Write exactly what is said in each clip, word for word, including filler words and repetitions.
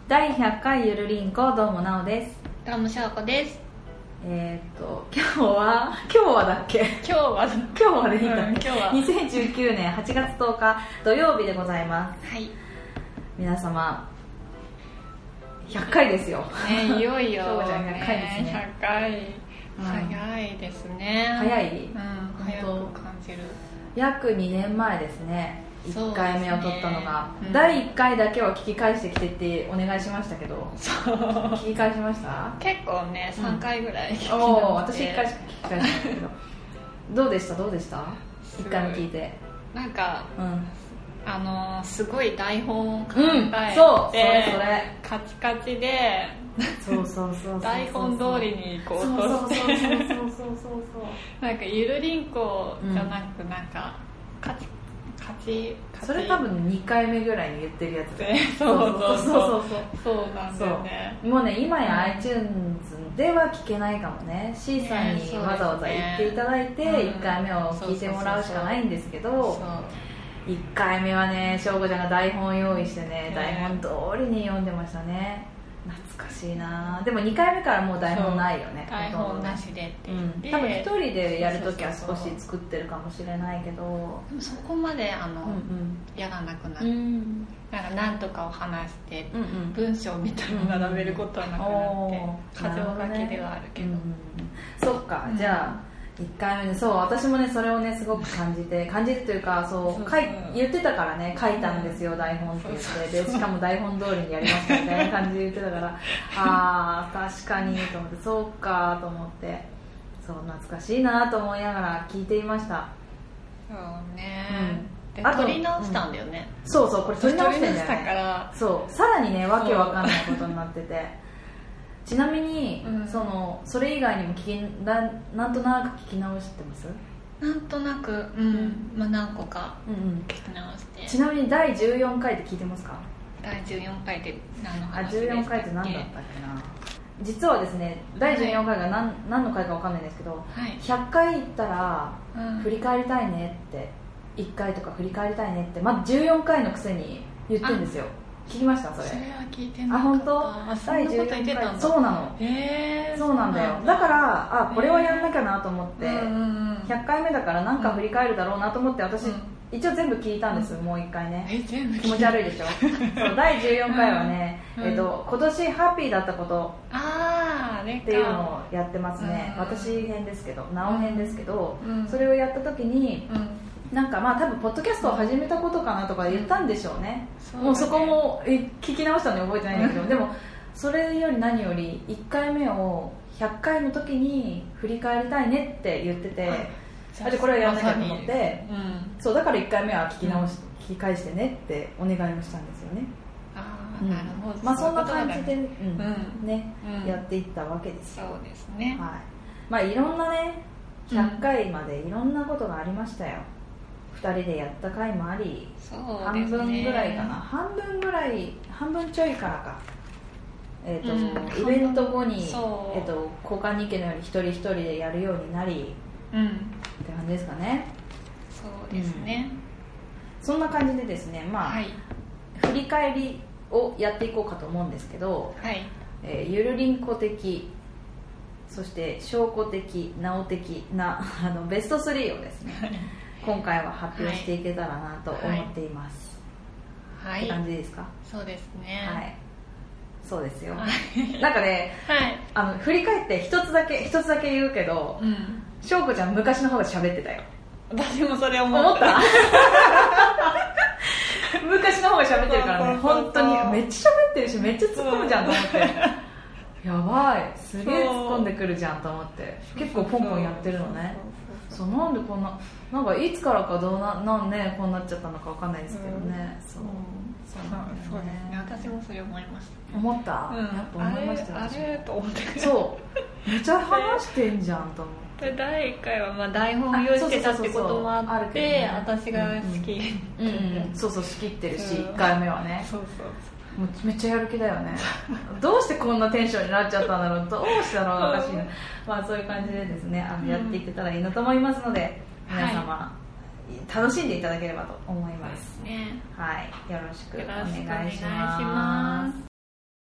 だいひゃっかいゆるりんこ、どうもなおです。 どうもしょうこです。 えー、っと今日は今日はだっけ今日は今日はでいいんだ、うん、 今日はにせんじゅうきゅうねんはちがつとおか土曜日でございます。 はい、 皆様ひゃっかいですよ、 ね、いよいよ今日じゃひゃっかいですね。 ひゃっかい、うん、早いですね。 早い、 うん、早く感じる。 約にねんまえですね、いっかいめを撮ったのが、 うん、 だいいっかいだけは聞き返してきてってお願いしましたけど、 そう聞き返しました？ 結構ね、さんかいぐらい聞き直して、うん、お私いっかいしか聞き返しましたけどどうでしたどうでしたいっかいめ聞いて。 なんか、 うん、 あのー、すごい台本を考えて、 うん、そうそれそれカチカチでそうそうそうそう台本通りに行こうとして、なんかゆるりんこじゃなく、うん、なんかカチカチカチ、 それ多分にかいめぐらいに言ってるやつで、 そうそうそうそうそうなんだよね。 もうね、今や iTunes では聞けないかもね。 C さんにわざわざ言っていただいていっかいめを聞いてもらうしかないんですけど、いっかいめはね、しょうこちゃんが台本用意してね、台本通りに読んでましたね。懐かしいな。でもにかいめからもう台本ないよね。 台本なしでって言って、 うん、多分一人でやるときは少し作ってるかもしれないけど、 でもそこまであの、うんうん、やらなくなって、うん、なんか何とかを話して、うんうん、文章みたいに並べることはなくなって、箇条書きではあるけど、うんうん、 そっか、じゃあいっかいめで、そう、私もねそれをねすごく感じて感じてというか、そう、そうそう、言ってたからね、書いたんですよ、うん、台本って言って、そうそうそう、でしかも台本通りにやりましたみたいな感じで言ってたからあー確かにと思って、そうかと思って、そう懐かしいなと思いながら聞いていました。 そうね、うん、で撮り直したんだよね、 うん、そうそう、これ撮り直してんだよね。 から、 そう、さらにねわけわかんないことになっててちなみに、うん、そのそれ以外にも聞きな、なんとなく聞き直してます？ なんとなく、うん、うん、まあ、何個か聞き直して、うんうん、 ちなみにだいじゅうよんかいって聞いてますか？ だいじゅうよんかいって何の話でしたっけ？ あ、じゅうよんかいって何だったっけな。実はですね、だいじゅうよんかいが 何,、はい、何の回か分かんないんですけど、はい、ひゃっかい行ったら、うん、振り返りたいねって、いっかいとか振り返りたいねって、まずじゅうよんかいのくせに言ってるんですよ。聞きました？それ。 それは聞いてなかった。 あ、本当？だいじゅうよんかい。そうなの。へー、そうなんだよ。だからあ、これはやんなきゃなと思って、ひゃっかいめだからなんか振り返るだろうなと思って、私、うん、一応全部聞いたんです、うん、もういっかいね。 え、全部気持ち悪いでしょそう、だいじゅうよんかいはね、うん、えっと、今年ハッピーだったことっていうのをやってますね、うん、私編ですけど、なお編ですけど、うん、それをやった時に、うん、なんかまあ多分ポッドキャストを始めたことかなとか言ったんでしょうね、うん、もうそこも聞き直したのに覚えてないんだけど、うん、でもそれより何よりいっかいめをひゃっかいの時に振り返りたいねって言ってて、あ、でこれをやらなきゃと思って、うん、そうだからいっかいめは聞き直し、うん、聞き返してねってお願いをしたんですよね。 あ、うん、なるほど。 まあそんな感じで、うんうん、ね、うん、やっていったわけですよ。 そうですね、 はい、まあいろんなね、ひゃっかいまでいろんなことがありましたよ。ふたりでやった回もあり、 そうですね、 半分ぐらいかな、半分ぐらい、半分ちょいからか、えーとうん、イベント後に、えーと、交換日記のように一人一人でやるようになり、うん、って感じですかね。 そうですね、 うん、そんな感じでですね、まあ、はい、振り返りをやっていこうかと思うんですけど、はい、えー、ゆるりんこ的、そしてしょうこ的、なお的なあのベストスリーをですね今回は発表していけたらなと思っています、はい、って感じですか？ そうですね、 はい、そうですよ、はい、なんかね、はい、あの振り返って一つだけ一つだけ言うけど、うん、しょうこちゃん昔の方が喋ってたよ。 私もそれ思った。 思った昔の方が喋ってるからね、本当にめっちゃ喋ってるし、めっちゃ突っ込むじゃんと思ってやばい、すげえ突っ込んでくるじゃんと思って、結構ポンポンやってるのね。そう、なんでこんな、なんかいつからかどうな、なんね、こうなっちゃったのかわかんないですけどね、うん、そう、うん、 そうなんですね。そうですね、私もそれ思いました。 思った、うん、やっぱ思いましたよ。 あれ、あれと思って、 そうめっちゃ話してんじゃんと思ってでだいいっかいはまあ台本を用意してたってこともあって、ね、私が好き、 うんうんうんうん、そうそう仕切ってるし、うん、いっかいめはね、そうそうそう、もうめっちゃやる気だよねどうしてこんなテンションになっちゃったんだろう、どうしたのおかしいなまあそういう感じでですね、あのやっていけたらいいなと思いますので、うん、皆様、はい、楽しんでいただければと思います、ね、はい、よろしくお願いします。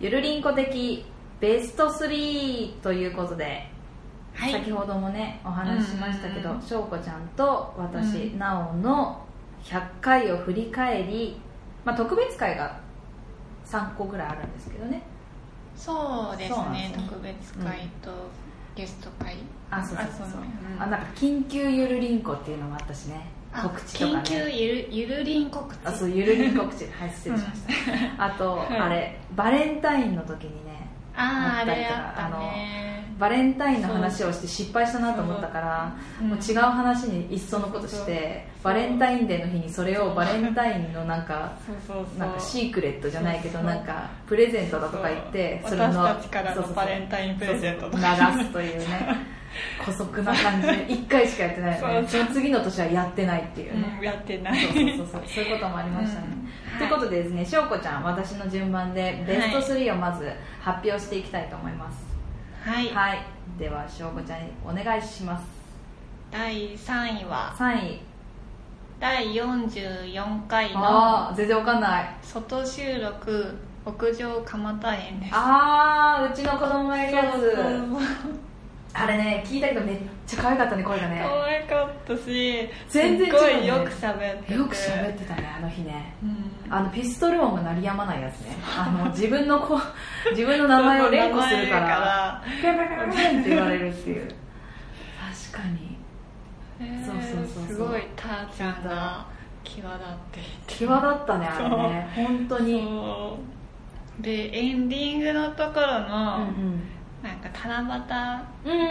ゆるりんこ的ベストスリーということで、はい、先ほどもねお話ししましたけど、しょうこちゃんと私、うん、なおのひゃっかいを振り返り、まあ、特別会がさんこぐらいあるんですけどね。 そうですね、特別会とゲスト会、 うん、あそうそうそうそう、うん、あなんか緊急ゆるりんこっていうのもあったしね、告知とかね。 緊急ゆるゆるりん告知。 あそうゆるりん告知はい失礼しました、うん、あと、はい、あれバレンタインの時にねあああれやったね、 バレンタインの話をして失敗したなと思ったから、もう違う話にいっそのことして、バレンタインデーの日にそれをバレンタインのなんかなんかシークレットじゃないけどなんかプレゼントだとか言って、それの私たちからのバレンタインプレゼントと流すというね姑息な感じでいっかいしかやってないよね。その次の年はやってないっていうね、 うん、やってない、 そうそうそうそうそういうこともありましたね、うん、ということでですね、しょうこちゃん私の順番でベストスリーをまず発表していきたいと思います。 はい、 はい、ではしょうこちゃんにお願いします。 だいさんいはさんいだいよんじゅうよんかいのあ全然わかんない外収録屋上蒲田園です。 ああうちの子供がいるやつあれね聞いたけどめっちゃ可愛かったね、声がね。 可愛かったし全然違う、ね、 すごいよく喋っててよく喋ってたねあの日ね、うん、あのピストル音が鳴りやまないやつねあの自分の子自分の名前を連呼するからピャンピャンピャンピャンって言われるっていう確かに、 えー、そうそうそうすごいターちゃんが際立っていて際立ったねあれね本当に。 でエンディングのところの、うんうんなんか七夕、うん、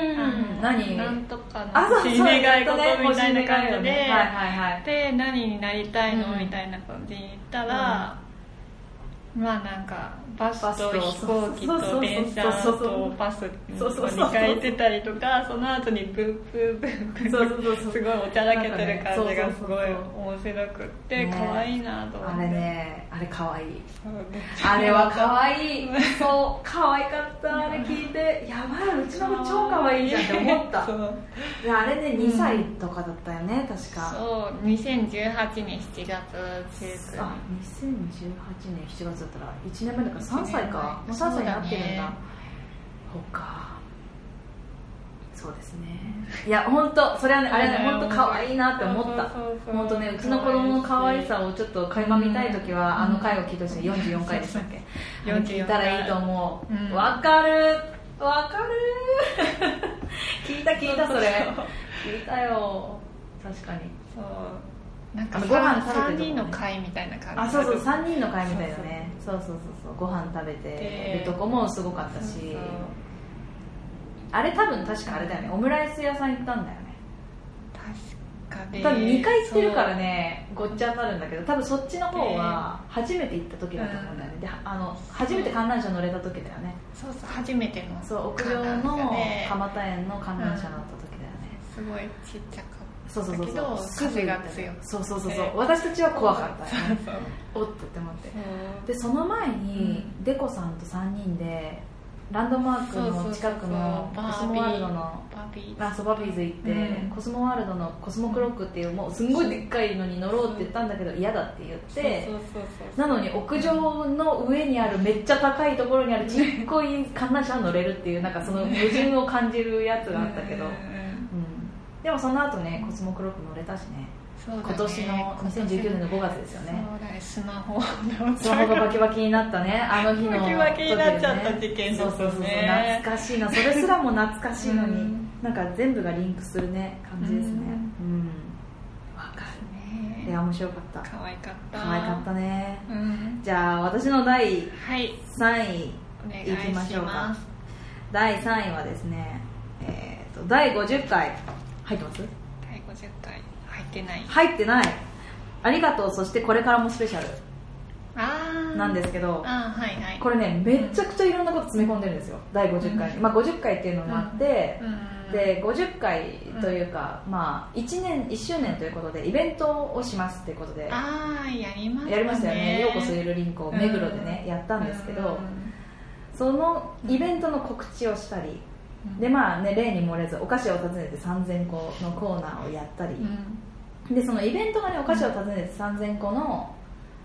何なんとかの新願い事みたいな感じで、ねはいはいはい、で何になりたいの、うん、みたいな感じに言ったら、うん、まあなんかバスと飛行機と電車とバスに書いてたりとか、その後にブーブーブーブーすごいおちゃらけてる感じがすごい面白くって可愛いなと思って、 あれねあれ可愛いあれは可愛いそう可愛かったあれ聞いてやばいうちの子超可愛いじゃんって思ったいやあれねにさいとかだったよね、うん、確かそうにせんじゅうはちねんしちがつ中旬あにせんじゅうはちねんしちがつだったらいちねんまえだからさんさいかもうさんさいになってるんだ、ね、ほかそうですねいや本当それはねあれはね本当可愛いなって思った本当ねうちの子供の可愛さをちょっと垣間見たい時は、うん、あの回を聞いてほしいよんじゅうよんかいでしたっけ聞いたらいいと思うわ、うん、かるわかる聞いた聞いたそれ聞いたよ確かにそうなんかご飯食べてる、ね、さんにんの会みたいな感じあそうそうさんにんの会みたいなねそうそうそうそうご飯食べてるとこもすごかったしそうそうあれ多分確かあれだよねオムライス屋さん行ったんだよね確かに多分にかい行ってるからねごっちゃになるんだけど多分そっちの方は初めて行った時だと思うんだよね、うん、であの初めて観覧車乗れた時だよねそうそう初めてのそう屋上の蒲田園の観覧車乗った時だよね、 うん、すごいちっちゃかそうそうそうそう風が強いそうそうそうそう、えー、私たちは怖かったよねそうそうおっとって思ってでその前に、うん、デコさんとさんにんでランドマークの近くのコスモワールドのバビーズバビーズ行って、うん、コスモワールドのコスモクロックっていうもうすんごいでっかいのに乗ろうって言ったんだけど嫌だって言ってなのに屋上の上にあるめっちゃ高いところにあるちっこい観覧車乗れるっていうなんかその矛盾を感じるやつがあったけど、うんうん、でもその後ねコスモクロック乗れたしねそうだね、今年のにせんじゅうきゅうねんのごがつですよねそうだねスマホスマホがバキバキになったねあの日のバキバキになっちゃった事件ですねそうそうそう懐かしいなそれすらも懐かしいのに、うん、なんか全部がリンクするね感じですねうんわ、うん、かるねいや面白かった可愛かった可愛かったね、うん、じゃあ私のだいさんい、はい、いきましょうかだいさんいはですねえーとだいごじゅっかい入ってます？ だいごじゅっかい入ってない入ってないありがとうそしてこれからもスペシャルあなんですけどあ、はいはい、 これねめちゃくちゃいろんなこと詰め込んでるんですよだいごじゅっかいに、うんまあ、ごじゅっかいっていうのもあって、うん、でごじゅっかいというか、うんまあ、いちねんいっしゅうねんということでイベントをしますっていうことでああやりましたねやりましたよねようこそゆるりんこ目黒でね、うん、やったんですけど、うん、そのイベントの告知をしたり、うん、でまあね例に漏れずお菓子を訪ねてさんぜんこのコーナーをやったり、うんでそのイベントがねお菓子を訪ねてさんぜんこの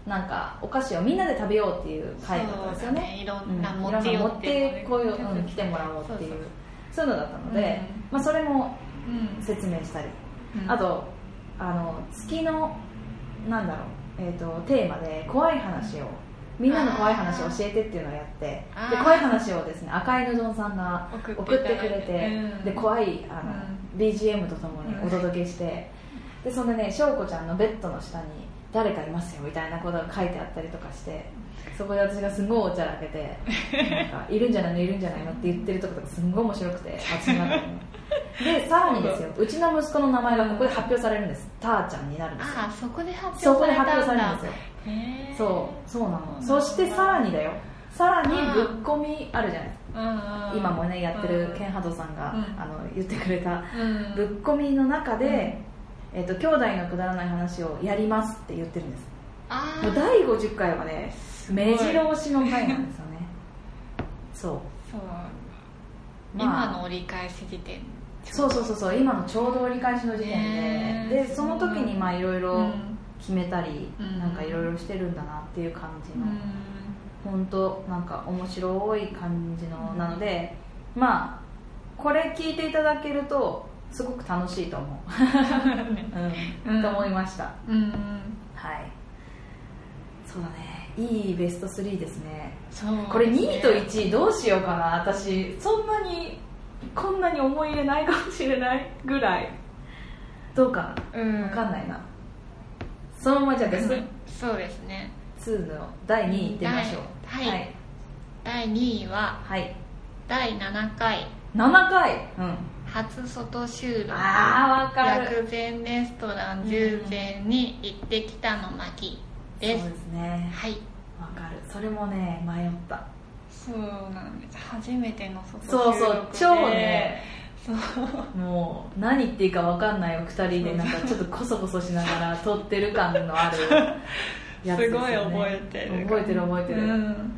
なんかお菓子をみんなで食べようっていう会だったんですよね。 いろんな持って持ってこういう、うん、来てもらおうっていう、そういうのだったので、うん、まあ、それも説明したり、うん、あとあの月のなんだろう、えーと、テーマで怖い話を、みんなの怖い話を教えてっていうのをやって、で怖い話をですね、赤いぬぞんさんが送ってくれて、うん、で怖いあの、うん、ビージーエム とともにお届けして、でそんなね、しょうこちゃんのベッドの下に誰かいますよみたいなことが書いてあったりとかして、そこで私がすごいおちゃらけてなんかいるんじゃないのいるんじゃないのって言ってるところがすごい面白くて、私の中でねでさらにですよ、うちの息子の名前がここで発表されるんです。ターちゃんになるんですよ。 ああ、そこで発表されたんだ。そこで発表されるんですよ。 へー、そうそうなの。そしてさらにだよ、さらにぶっこみあるじゃないですか。今もねやってるケンハドさんが、うん、あの言ってくれた、うん、ぶっこみの中で、うん、えーと、兄弟のくだらない話をやりますって言ってるんです。あもうだいごじゅっかいはね、目白押しの回なんですよねそうそう、 まあ、今の折り返し時点、 そうそうそうそう、今のちょうど折り返しの時点で、でその時にまあいろいろ決めたり、うん、なんかいろいろしてるんだなっていう感じの、本当なんか面白い感じのなので、まあこれ聞いていただけるとすごく楽しいと思う、うん、と思いました、うんうん、はい、そうだね、いいベストスリーですね。そうですね、これにいといちいどうしようかな。私そんなにこんなに思い入れないかもしれないぐらい、どうかな、うん、分かんないな。そのままじゃあベスト、 そうですね、 にのだいにいいってみましょう。 はい、はい、だいにいは、はい、だいななかいななかい、うん、 初外収録、 あー、わかる、 薬膳レストラン従前に行ってきたの巻です。 そうですね、はい、わかる。それもね迷った。 そうなんです、初めての外収録で、そうそう、超ね、そうもう何言っていいか分かんないふたりでなんかちょっとコソコソしながら撮ってる感のあるやつですよね。すごい覚えてる覚えてる覚えてる、うん、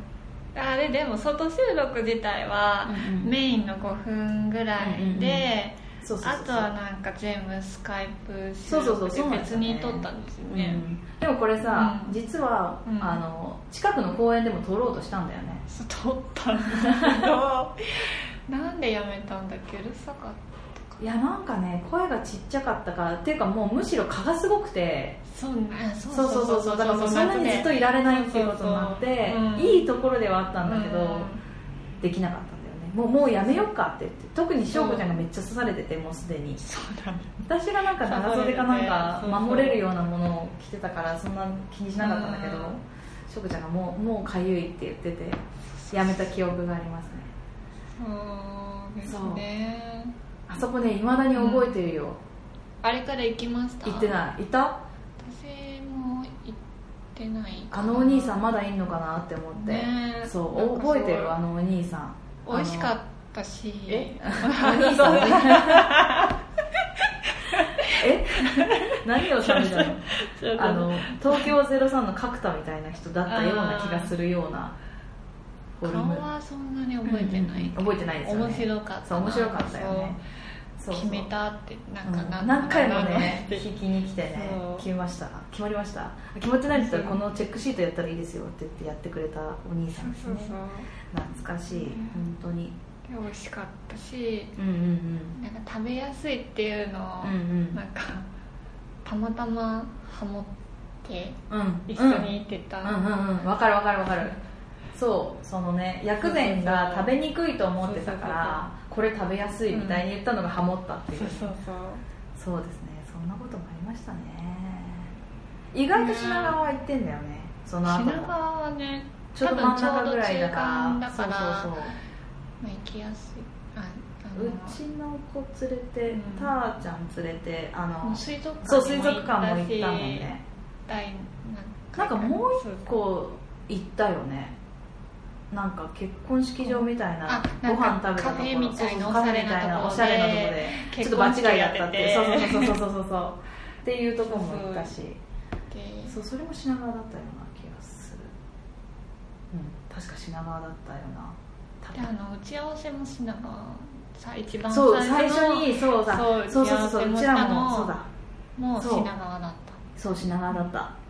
あれでも外収録自体はメインのごふんぐらいで、あとはなんか全部スカイプ収録で別に撮ったんですよね。 でもこれさ、うん、実は、うん、あの近くの公園でも撮ろうとしたんだよね。 撮ったんだけどなんでやめたんだっけ、うるさかったか。 いやなんかね、声がちっちゃかったからっていうか、もうむしろ蚊がすごくて、 そうそうそうそうそう、だからもうそんなにずっといられないっていうことになって、いいところではあったんだけど、うん、できなかったんだよね。もうもうやめようかって言って、特に翔子ちゃんがめっちゃ刺されてて、もうすでに。そうだ、ね、私がなんか長袖かなんか守れるようなものを着てたからそんな気にしなかったんだけど、翔子ちゃんがもうもうかゆいって言っててやめた記憶がありますね。 そうですね。 あそこね、いまだに覚えてるよ、うん、 あれから行きました？ 行ってない。行った？ 私も行ってないかな。 あのお兄さんまだいんのかなって思って、ね、そう覚えてる。あのお兄さん美味しかったし、 えお兄さんえ何を食べたのあの東京ゼロさんの角田みたいな人だったような気がするような。 顔はそんなに覚えてない、うんうん、 覚えてないですよね。 面白かった。 そう面白かったよね。 そうそう決めたってなんか何、 うん、何回もね聞きに来てね、決めました決まりました決まってないんだったらこのチェックシートやったらいいですよって言ってやってくれたお兄さんですね。そうそう懐かしい、うん、本当に美味しかったし、うんうんうん、なんか食べやすいっていうのを、うんうん、なんかたまたまハモって一緒に行ってた。 うんうんうん、わかるわかるわかる。そうそのね、薬膳が食べにくいと思ってたからこれ食べやすいみたいに言ったのがハモったっていう、うん、そうそうそうそうですね。そんなこともありましたね。意外と品川は行ってんだよね。その後も品川はねちょっと真ん中ぐらいだからだからそうそうそう、まあ、行きやすい。ああうちの子連れて、うん、たーちゃん連れてあの水族館そう水族館も行ったもんね。なんかもう一個行ったよね。なんか結婚式場みたいなご飯食べたところ、 カフェみたいなおしゃれなところで、 おしゃれなところでちょっと間違いやったって、そうそうそうそうそうそうっていうところも行ったし、そうそれも品川だったような気がする。うん確か品川だったような。 であの打ち合わせも品川さ一番そう最初にそうだそうそうそうそううちらもそうだもう品川だった。 そう品川だった。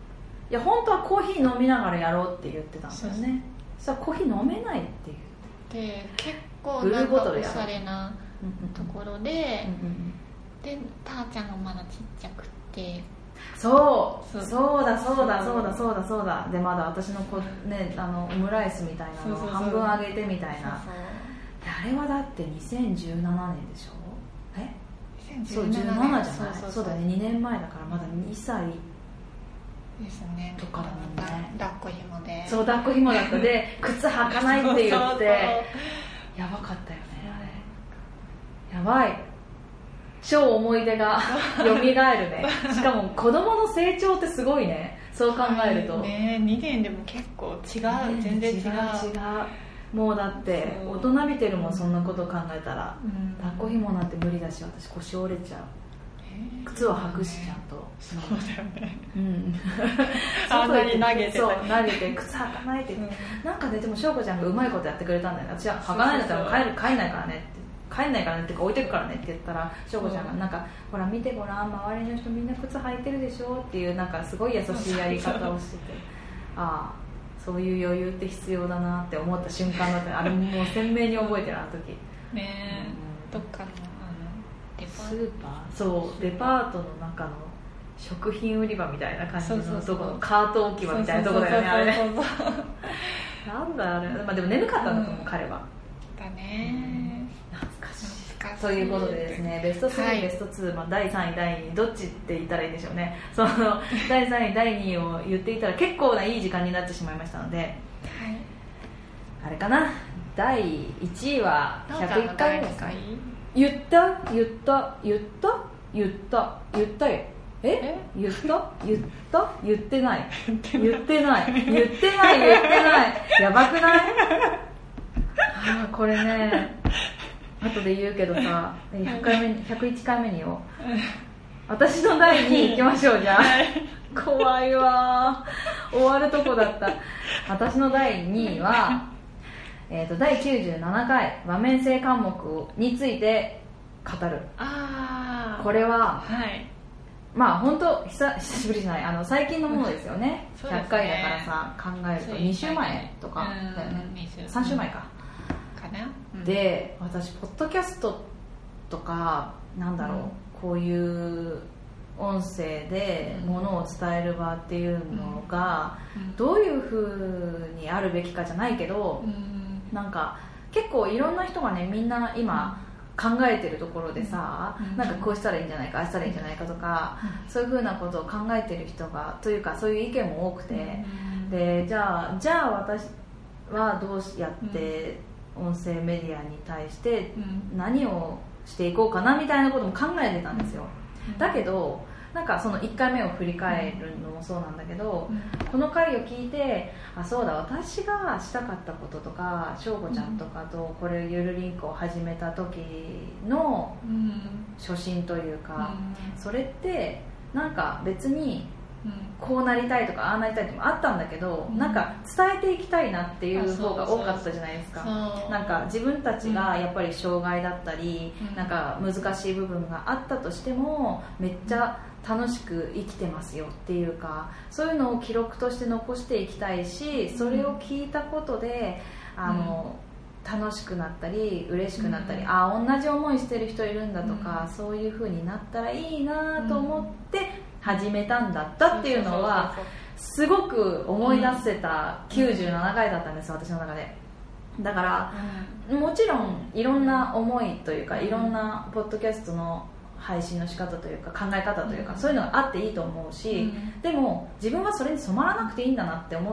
いや本当はコーヒー飲みながらやろうって言ってたんですよね。そしたらコーヒー飲めないって言ってで結構なんかおしゃれなところで、うんうん、でたーちゃんがまだちっちゃくて、 そうそうだそうだそうだそうだそうだでまだ私のこ、ね、あのオムライスみたいなのを半分あげてみたいな。そうそうあれはだってにせんじゅうななねんでしょ。えそうじゅうななじゃない。そうそうそう、そうだねにねんまえだからまだにさいですねとかだもんね。 抱っこ紐でそう抱っこ紐だったで靴履かないって言ってそうそうそうやばかったよねあれ。やばい超思い出がよみがえるね。しかも子供の成長ってすごいね。そう考えると、はいね、にねんでも結構違う、ね、全然違う違う違うもうだって大人びてるもんそんなこと考えたら、うん、抱っこ紐なんて無理だし私腰折れちゃう。靴は履くしちゃんとそうだよね、 うん、 あんなに投げてそう投げて靴履かないって言って、うん、なんかねでも翔子ちゃんがうまいことやってくれたんだよね。私は履かないんだったら帰る帰んないからねって帰んないからねってか置いてくからねって言ったら翔子ちゃんがなんか、うん、ほら見てごらん周りの人みんな靴履いてるでしょっていうなんかすごい優しいやり方をしててああそういう余裕って必要だなって思った瞬間だったあれもう鮮明に覚えてるあの時ねえ、うん、どっかのスーパーそうデパートの中の食品売り場みたいな感じのところカート置き場みたいなところだよねあれねなんだあれ、まあ、でも眠かったんだと思う、うん、彼はだね、 うん、懐かしいということでですねベストスリー、はい、ベストツー、まあ、だいさんいだいにいどっちって言ったらいいんでしょうね。そのだいさんいだいにいを言っていたら結構ないい時間になってしまいましたので、はい、あれかなだいいちいはひゃくいっかいですか。言った言った言った言った言ったよえ言った言った言ってない言ってない言ってない言ってないやばくない？あこれね後で言うけどさひゃっかいめひゃくいっかいめによ私のだいにい行きましょうじゃあ怖いわ終わるとこだった。私のだいにいはえー、とだいきゅうじゅうななかい場面性科目について語る。あこれは、はい、まあ本当久, 久しぶりじゃないあの最近のものですよね。ひゃっかいだからさ考えるとに週前とかだよね。さん週前か、 かな、うん、 で私ポッドキャストとかなんだろう、うん、こういう音声でものを伝える場っていうのがどういう風にあるべきかじゃないけど、うんなんか結構いろんな人がねみんな今考えてるところでさ、うん、なんかこうしたらいいんじゃないかああしたらいいんじゃないかとか、うん、そういう風なことを考えてる人がというかそういう意見も多くて、うん、でじゃあじゃあ私はどうやって音声メディアに対して何をしていこうかなみたいなことも考えてたんですよ。だけどなんかそのいっかいめを振り返るのもそうなんだけど、うん、この回を聞いてあそうだ私がしたかったこととか翔子ちゃんとかとこれゆるりんこを始めた時の初心というか、うん、それってなんか別にこうなりたいとかああなりたいとかあったんだけど、うん、なんか伝えていきたいなっていう方が多かったじゃないですか。なんか自分たちがやっぱり障害だったり、うん、なんか難しい部分があったとしてもめっちゃ楽しく生きてますよっていうかそういうのを記録として残していきたいしそれを聞いたことであの、うん、楽しくなったり嬉しくなったり、うん、ああ同じ思いしてる人いるんだとか、うん、そういう風になったらいいなと思って始めたんだったっていうのはすごく思い出せたきゅうじゅうななかいだったんです私の中で。だから、うん、もちろんいろんな思いというかいろんなポッドキャストの配信の仕方というか考え方というか、うん、そういうのがあっていいと思うし、うん、でも自分はそれに染まらなくていいんだなって思って、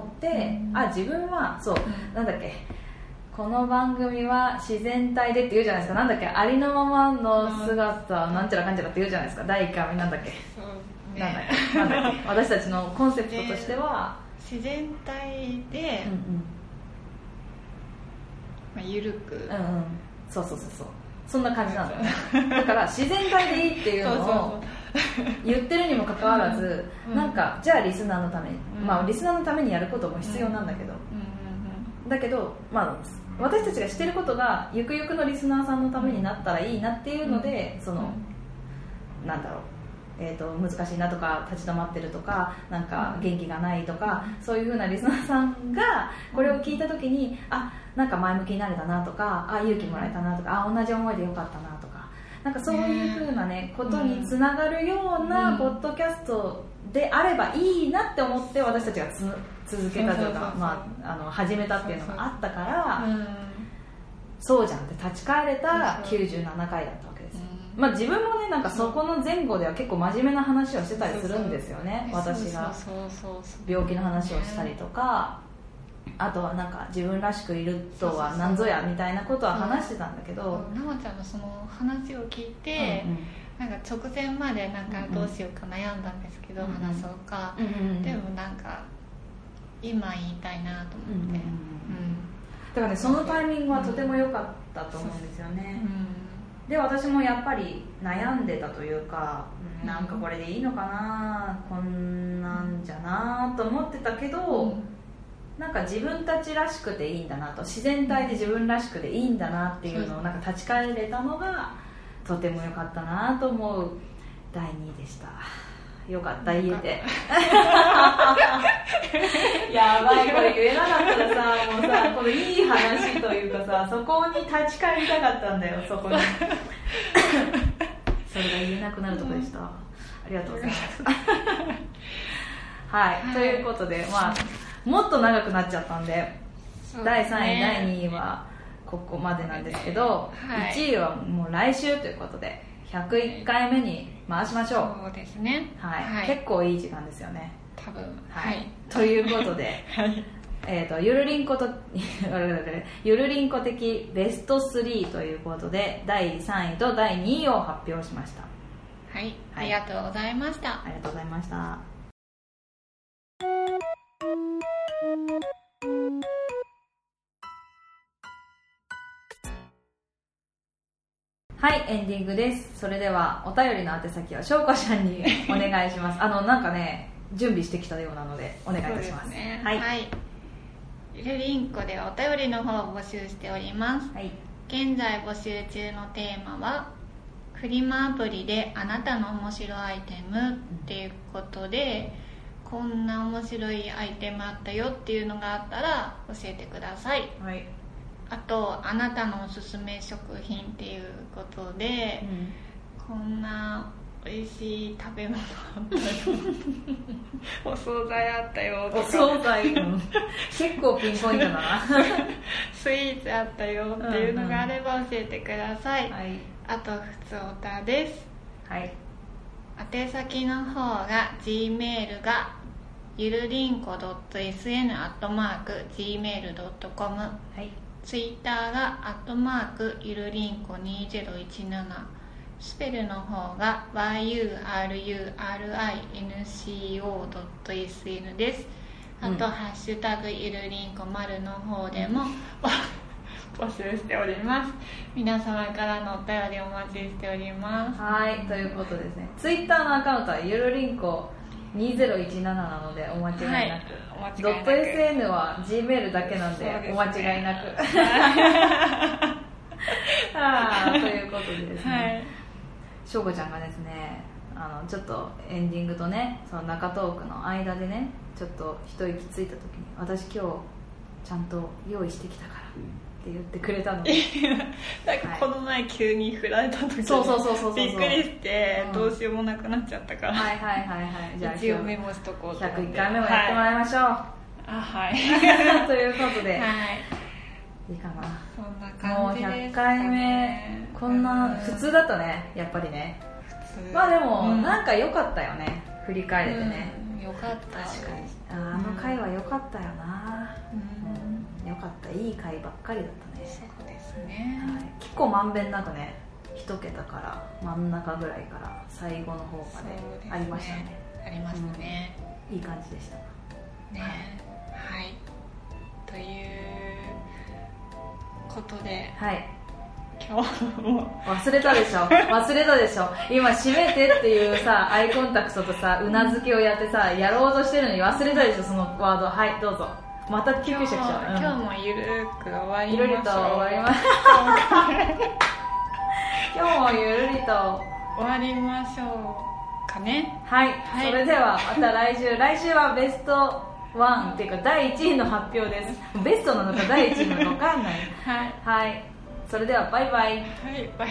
うん、あ自分はそう、うん、なんだっけこの番組は自然体でって言うじゃないですか。なんだっけありのままの姿、うん、なんちゃらかんちゃらって言うじゃないですか。だいいっかいめなんだっけ、ね、なんだっけなんだっけ私たちのコンセプトとしては自然体で、うんうんまあ、緩く、うんうん、 そうそうそうそうそんな感じなんだよね。だから自然体でいいっていうのを言ってるにもかかわらず、うん、なんかじゃあリスナーのために、うん、まあリスナーのためにやることも必要なんだけど、うん、だけどまあ私たちがしてることがゆくゆくのリスナーさんのためになったらいいなっていうので、そのなんだろうえー、と難しいなとか立ち止まってるとかなんか元気がないとか、うん、そういう風なリスナーさんがこれを聞いた時に、うん、あなんか前向きになれたなとかあ勇気もらえたなとかあ同じ思いでよかったなとかなんかそういう風なね、ねことにつながるようなポッドキャストであればいいなって思って私たちがつ続けたというかまああの始めたっていうのがあったからそうそうそう、うん、そうじゃんって立ち返れたきゅうじゅうななかいだったわけです、うんまあ、自分もねなんかそこの前後では結構真面目な話をしてたりするんですよね。私が病気の話をしたりとかあとはなんか自分らしくいるとは何ぞやみたいなことは話してたんだけどなおちゃんのその話を聞いて、うんうんなんか直前までなんかどうしようか悩んだんですけど、うんうん、話そうか、うんうん、でもなんか今言いたいなと思って、うんうんうん、 だからねそのタイミングはとても良かったと思うんですよね、うん、で私もやっぱり悩んでたというか、うん、なんかこれでいいのかなこんなんじゃなと思ってたけど、うん、なんか自分たちらしくていいんだなと自然体で自分らしくていいんだなっていうのをなんか立ち返れたのがとても良かったなと思うだいにいでした。よかった言えてやばいこれ言えなかったらさもうさこのいい話というかさそこに立ち返りたかったんだよそこにそれが言えなくなるところでした、うん、ありがとうございますはい、はい、ということでまあもっと長くなっちゃったんで、ね、だいさんいだいにいはここまでなんですけど、はい、いちいはもう来週ということでひゃくいっかいめに回しましょう。 そうですね、 はいはい、結構いい時間ですよね多分、 はい、ということで、はいえー、とゆるりんことゆるりんこ的ベストスリーということでだいさんいとだいにいを発表しました。 はい、はい、ありがとうございました。 ありがとうございました。はい、エンディングです。それではお便りの宛先はしょうこちゃんにお願いしますあのなんかね準備してきたようなのでお願いいたします。そうですね、はい、はい、 ゆるりんこではお便りの方を募集しております、はい、現在募集中のテーマはフリマアプリであなたの面白いアイテムっていうことで、うん、こんな面白いアイテムあったよっていうのがあったら教えてください、はい、あとあなたのおすすめ食品っていうことで、うん、こんな美味しい食べ物あったよお惣菜あったよとかお惣菜、うん、結構ピンポイントだなスイーツあったよっていうのがあれば教えてください、うんうんはい、あとふつおたです、はい、宛先の方が Gmail がゆるりんこ .sn アットマーク ジーメールドットコム、はい、ツイッターがアットマークゆるりんこにせろいちなな、スペルの方が ワイユーアールユーアールアイエヌシーオードットエスエヌ です。あと、うん、ハッシュタグゆるりんこ丸の方でも募集しております。皆様からのお便りお待ちしております。 はい、ということですね。ツイッターのアカウントはゆるりんこにせろいちなななのでお間違いなく、はい、ドット エスエヌ は Gmail だけなんで、ね、お間違いなくあということでですね、はいしょうこちゃんがですねあのちょっとエンディングとねその中トークの間でねちょっと一息ついた時に私今日ちゃんと用意してきたからって言ってくれたのでなんかこの前急に振られた時にびっくりしてどうしようもなくなっちゃったから、うん、 はいはいはいはいじゃあ一応メモしとこうと思ってひゃくいっかいめもやってもらいましょう、はい、 あはいということで、はいいいかなそんな感じですかね。もうひゃっかいめこんな普通だったねやっぱりね普通まあでも、うん、なんか良かったよね振り返れてね、 うん、よかった確かにあの回は良かったよな、うんうん、よかったいい回ばっかりだったね。 そうですね、 はい、結構まんべんなくね一桁から真ん中ぐらいから最後の方までありましたね。 ありましたね、 うん、いい感じでしたね。はい、はい、ということで、 はい、 今日も忘れたでしょ忘れたでしょ今閉めてっていうさアイコンタクトとさうなずきをやってさやろうとしてるのに忘れたでしょそのワード。はいどうぞまた救急車来ちゃう、 うん、今日もゆるく終わりましょう。 ゆるりと終わりま今日もゆるりと終わりましょうかかね。 はい、はい、それではまた来週来週はベストワンっていうかだいいちいの発表です。ベストなのかだいいちいなのか分かんないはい、はい、それではバイバイ。はい、バイバイ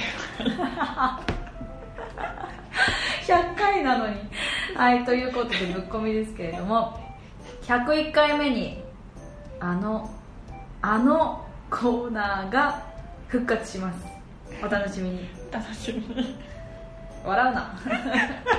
ひゃっかいなのに。はい、ということでぶっこみですけれども、ひゃくいっかいめにあのあのコーナーが復活します。お楽しみに。 楽しみに。 笑うな